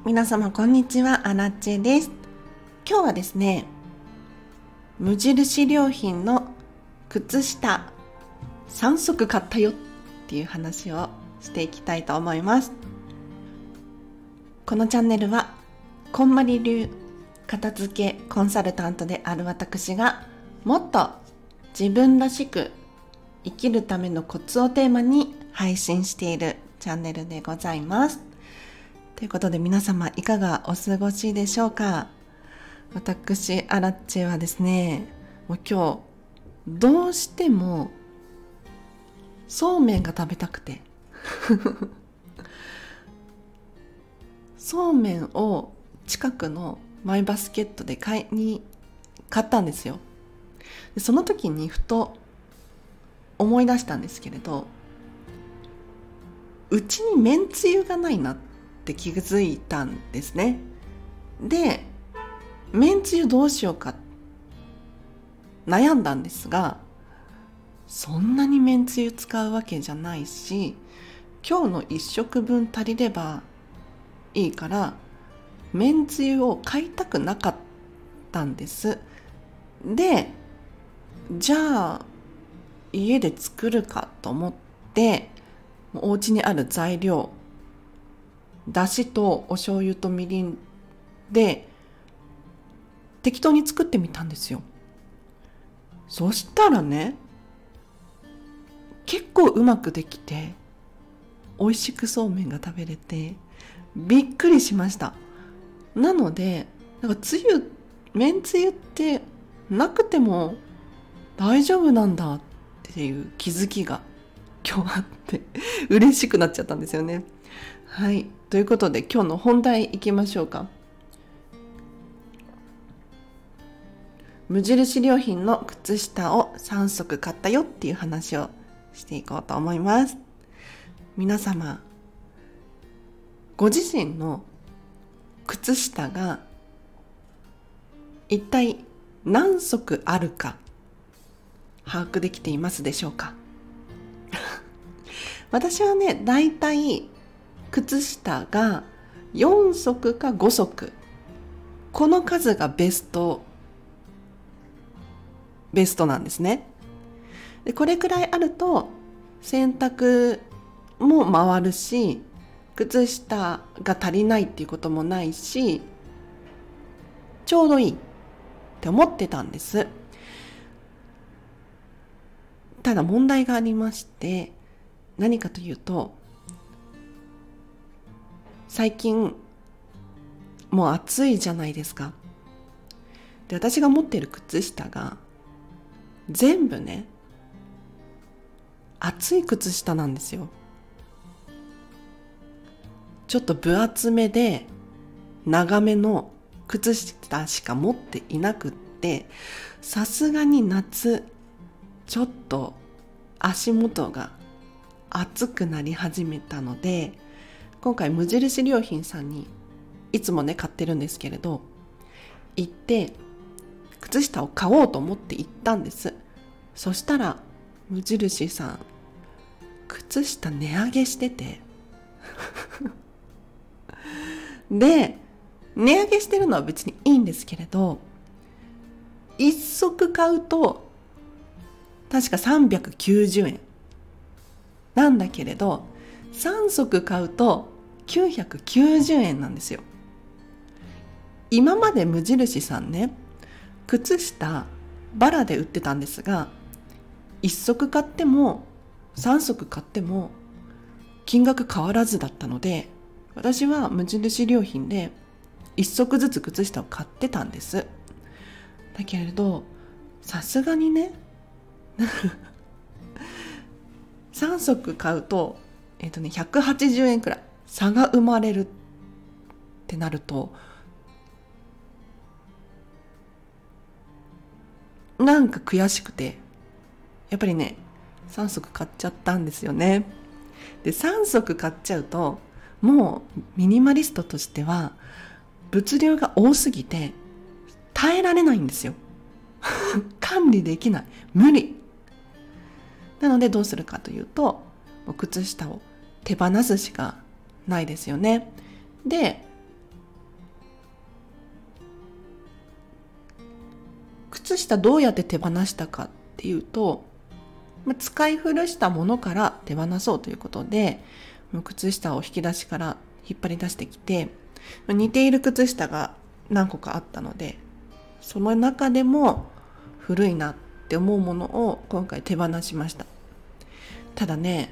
皆様こんにちは、アラチェです。今日はですね、無印良品の靴下3足買ったよっていう話をしていきたいと思います。このチャンネルはこんまり流片付けコンサルタントである私がもっと自分らしく生きるためのコツをテーマに配信しているチャンネルでございます。ということで皆様いかがお過ごしでしょうか。私アラッチェはですね、もう今日どうしてもそうめんが食べたくてそうめんを近くのマイバスケットで買ったんですよ。でその時にふと思い出したんですけれど、うちにめんつゆがないなって気づいたんですね。で、めんつゆどうしようか悩んだんですが、そんなにめんつゆ使うわけじゃないし、今日の1食分足りればいいからめんつゆを買いたくなかったんです。で、じゃあ家で作るかと思って、お家にある材料、だしとお醤油とみりんで適当に作ってみたんですよ。そしたらね、結構うまくできて美味しくそうめんが食べれてびっくりしました。なので、めんつゆってなくても大丈夫なんだっていう気づきが今日あって嬉しくなっちゃったんですよね。はい、ということで今日の本題いきましょうか。無印良品の靴下を3足買ったよっていう話をしていこうと思います。皆様、ご自身の靴下が一体何足あるか把握できていますでしょうか。私はね、だいたい靴下が4足か5足、この数がベストなんですね。で、これくらいあると洗濯も回るし、靴下が足りないっていうこともないし、ちょうどいいって思ってたんです。ただ問題がありまして、何かというと、最近もう暑いじゃないですか。で、私が持っている靴下が全部ね、厚い靴下なんですよ。ちょっと分厚めで長めの靴下しか持っていなくって、さすがに夏ちょっと足元が暑くなり始めたので、今回無印良品さんにいつもね買ってるんですけれど、行って靴下を買おうと思って行ったんです。そしたら無印さん靴下値上げしててで、値上げしてるのは別にいいんですけれど、一足買うと確か390円なんだけれど、3足買うと990円なんですよ。今まで無印さんね、靴下バラで売ってたんですが、1足買っても3足買っても金額変わらずだったので、私は無印良品で1足ずつ靴下を買ってたんです。だけれど、さすがにね3足買うと180円くらい差が生まれるってなると、なんか悔しくて、やっぱりね3足買っちゃったんですよね。で、3足買っちゃうともうミニマリストとしては物量が多すぎて耐えられないんですよ管理できない、無理なので、どうするかというと、靴下を手放すしかないですよね。で、 靴下どうやって手放したかっていうと、使い古したものから手放そうということで、靴下を引き出しから引っ張り出してきて、似ている靴下が何個かあったので、その中でも古いなって思うものを今回手放しました。ただね、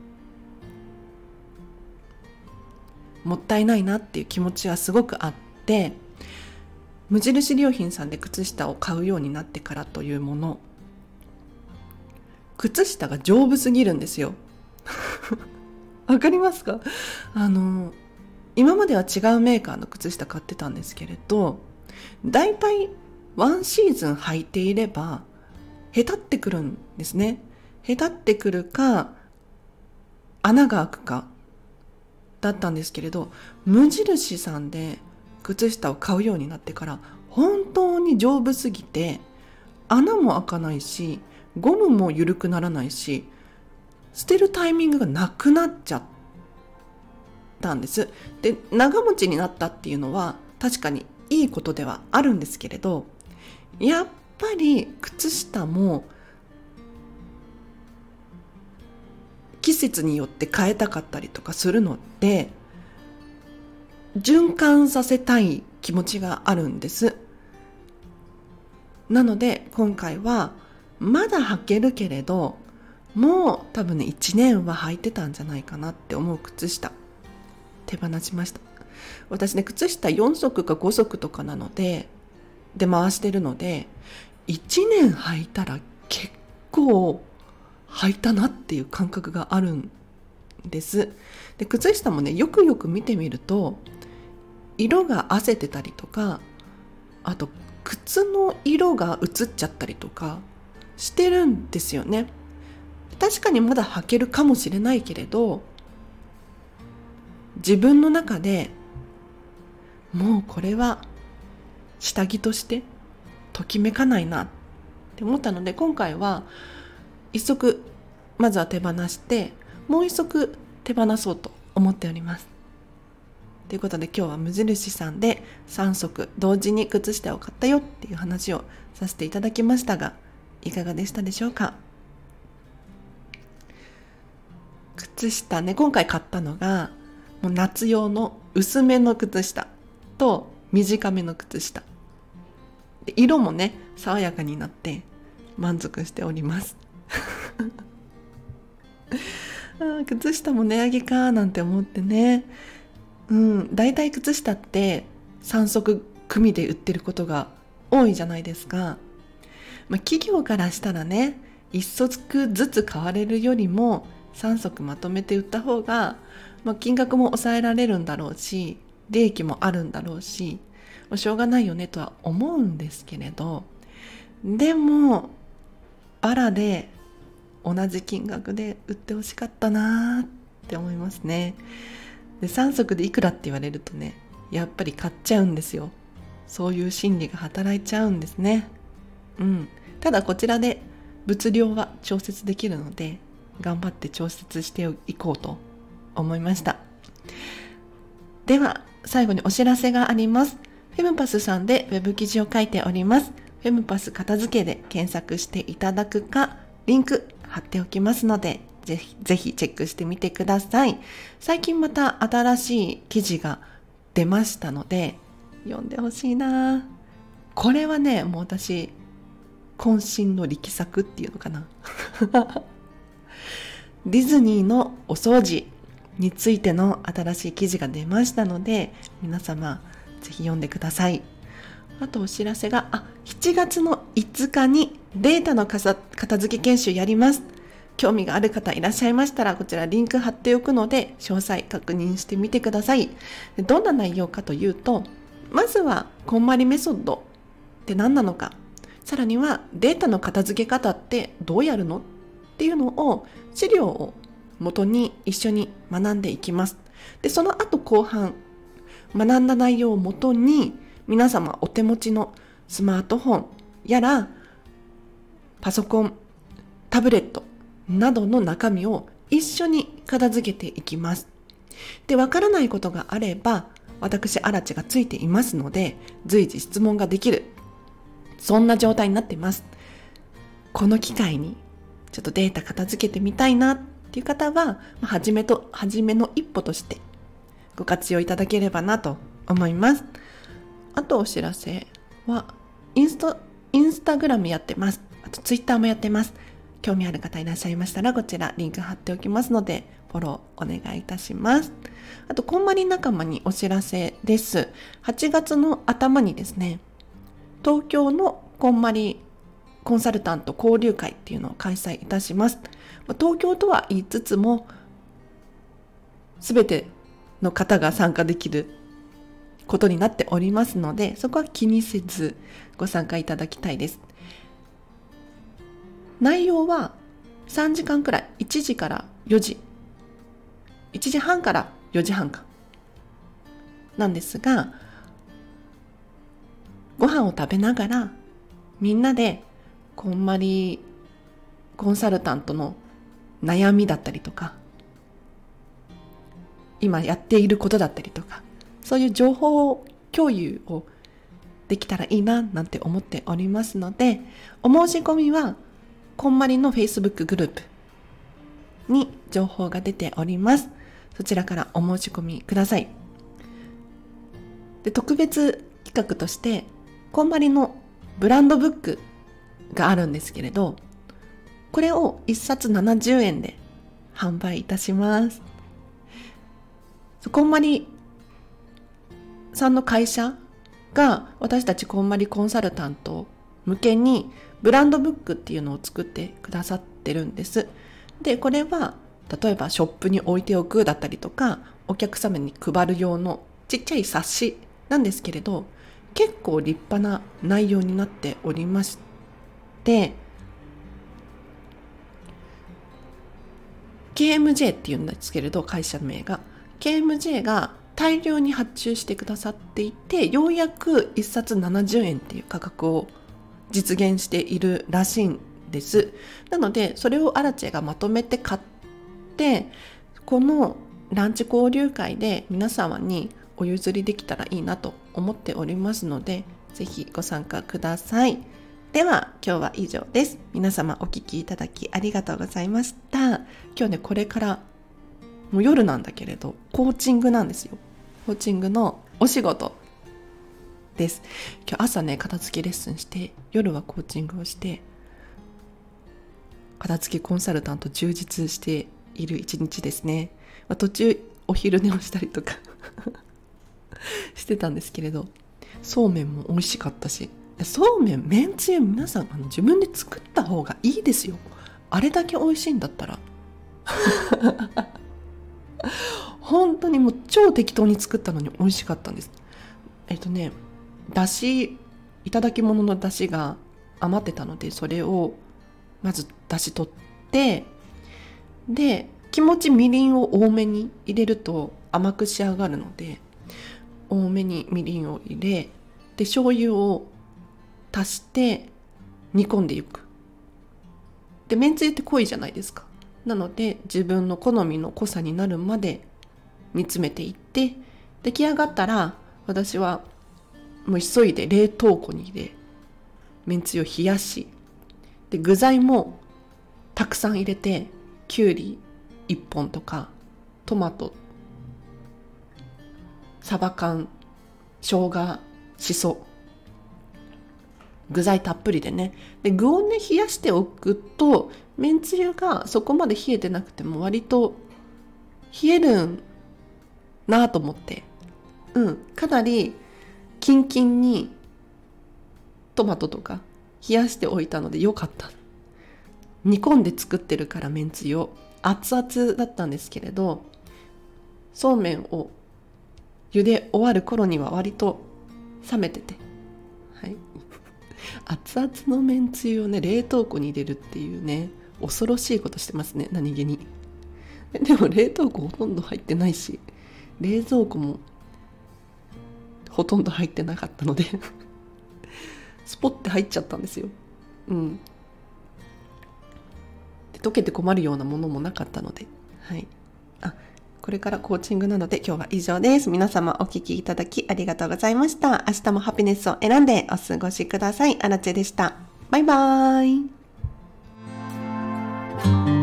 もったいないなっていう気持ちはすごくあって、無印良品さんで靴下を買うようになってからというもの、靴下が丈夫すぎるんですよ。わかりますか？今までは違うメーカーの靴下買ってたんですけれど、だいたいワンシーズン履いていればへたってくるんですね。へたってくるか穴が開くかだったんですけれど、無印さんで靴下を買うようになってから本当に丈夫すぎて、穴も開かないしゴムも緩くならないし、捨てるタイミングがなくなっちゃったんです。で、長持ちになったっていうのは確かにいいことではあるんですけれど、やっぱり靴下も季節によって変えたかったりとかするので、循環させたい気持ちがあるんです。なので今回はまだ履けるけれど、もう多分ね1年は履いてたんじゃないかなって思う靴下手放しました。私ね、靴下4足か5足とかなので回してるので、1年履いたら結構履いたなっていう感覚があるんです。で、靴下もね、よくよく見てみると色が褪せてたりとか、あと靴の色が移っちゃったりとかしてるんですよね。確かにまだ履けるかもしれないけれど、自分の中でもうこれは下着としてときめかないなって思ったので、今回は一足まずは手放して、もう一足手放そうと思っております。ということで今日は無印さんで3足同時に靴下を買ったよっていう話をさせていただきましたが、いかがでしたでしょうか？靴下ね、今回買ったのがもう夏用の薄めの靴下と短めの靴下で、色もね爽やかになって満足しております靴下も値上げかなんて思ってね、だいたい靴下って3足組みで売ってることが多いじゃないですか。企業からしたらね、1足ずつ買われるよりも3足まとめて売った方が、金額も抑えられるんだろうし、利益もあるんだろうし、しょうがないよねとは思うんですけれど、でもバラで同じ金額で売ってほしかったなって思いますね。で、3足でいくらって言われるとね、やっぱり買っちゃうんですよ。そういう心理が働いちゃうんですね。ただこちらで物量は調節できるので、頑張って調節していこうと思いました。では最後にお知らせがあります。フェムパスさんでウェブ記事を書いております。フェムパス片付けで検索していただくか、リンク貼っておきますので、ぜひチェックしてみてください。最近また新しい記事が出ましたので読んでほしいな。これはね、もう私渾身の力作っていうのかなディズニーのお掃除についての新しい記事が出ましたので、皆様ぜひ読んでください。あとお知らせが、7月の5日にデータの片付け研修やります。興味がある方いらっしゃいましたら、こちらリンク貼っておくので詳細確認してみてください。どんな内容かというと、まずはこんまりメソッドって何なのか、さらにはデータの片付け方ってどうやるのっていうのを、資料を元に一緒に学んでいきます。で、その後後半、学んだ内容を元に皆様お手持ちのスマートフォンやらパソコン、タブレットなどの中身を一緒に片付けていきます。で、わからないことがあれば私アラチがついていますので、随時質問ができるそんな状態になっています。この機会にちょっとデータ片付けてみたいなっていう方は、初めの一歩としてご活用いただければなと思います。あとお知らせは、インスタグラムやってます。あとツイッターもやってます。興味ある方いらっしゃいましたら、こちらリンク貼っておきますので、フォローお願いいたします。あと、こんまり仲間にお知らせです。8月の頭にですね、東京のこんまりコンサルタント交流会っていうのを開催いたします。東京とは言いつつも、すべての方が参加できることになっておりますので、そこは気にせずご参加いただきたいです。内容は3時間くらい、1時から4時、1時半から4時半かなんですが、ご飯を食べながらみんなでこんまりコンサルタントの悩みだったりとか、今やっていることだったりとか、そういう情報共有をできたらいいななんて思っておりますので、お申し込みはこんまりの Facebook グループに情報が出ております。そちらからお申し込みください。で、特別企画としてこんまりのブランドブックがあるんですけれど、これを1冊70円で販売いたします。こんまりさんの会社が私たちこんまりコンサルタント向けにブランドブックっていうのを作ってくださってるんです。で、これは例えばショップに置いておくだったりとか、お客様に配る用のちっちゃい冊子なんですけれど、結構立派な内容になっておりまして、KMJ っていうんですけれど、会社名が KMJ が大量に発注してくださっていて、ようやく1冊70円っていう価格を実現しているらしいんです。なのでそれをアラチェがまとめて買って、このランチ交流会で皆様にお譲りできたらいいなと思っておりますので、ぜひご参加ください。では今日は以上です。皆様お聞きいただきありがとうございました。今日ね、これからもう夜なんだけれどコーチングなんですよ。コーチングのお仕事です。今日朝ね、片付けレッスンして、夜はコーチングをして、片付けコンサルタント充実している一日ですね。途中お昼寝をしたりとかしてたんですけれど、そうめんも美味しかったし、そうめん、めんつゆ皆さん自分で作った方がいいですよ。あれだけ美味しいんだったら本当にもう超適当に作ったのに美味しかったんです。だし、いただき物のだしが余ってたので、それをまずだし取って、で気持ちみりんを多めに入れると甘く仕上がるので、多めにみりんを入れ、で醤油を足して煮込んでいく。で、めんつゆって濃いじゃないですか。なので自分の好みの濃さになるまで煮詰めていって、出来上がったら私はもう急いで冷凍庫に入れ、めんつゆを冷やし、で具材もたくさん入れて、きゅうり1本とかトマト、サバ缶、生姜、しそ、具材たっぷりでね。で具をね、冷やしておくと、めんつゆがそこまで冷えてなくても割と冷えるんなと思って、かなりキンキンにトマトとか冷やしておいたのでよかった。煮込んで作ってるから、めんつゆを熱々だったんですけれど、そうめんを茹で終わる頃には割と冷めてて、はい、熱々のめんつゆをね、冷凍庫に入れるっていうね、恐ろしいことしてますね、何気に。でも冷凍庫ほとんど入ってないし、冷蔵庫もほとんど入ってなかったのでスポッて入っちゃったんですよ。で溶けて困るようなものもなかったので、はい。 これからコーチングなので今日は以上です。皆様お聞きいただきありがとうございました。明日もハピネスを選んでお過ごしください。アラチェでした。バイバーイ。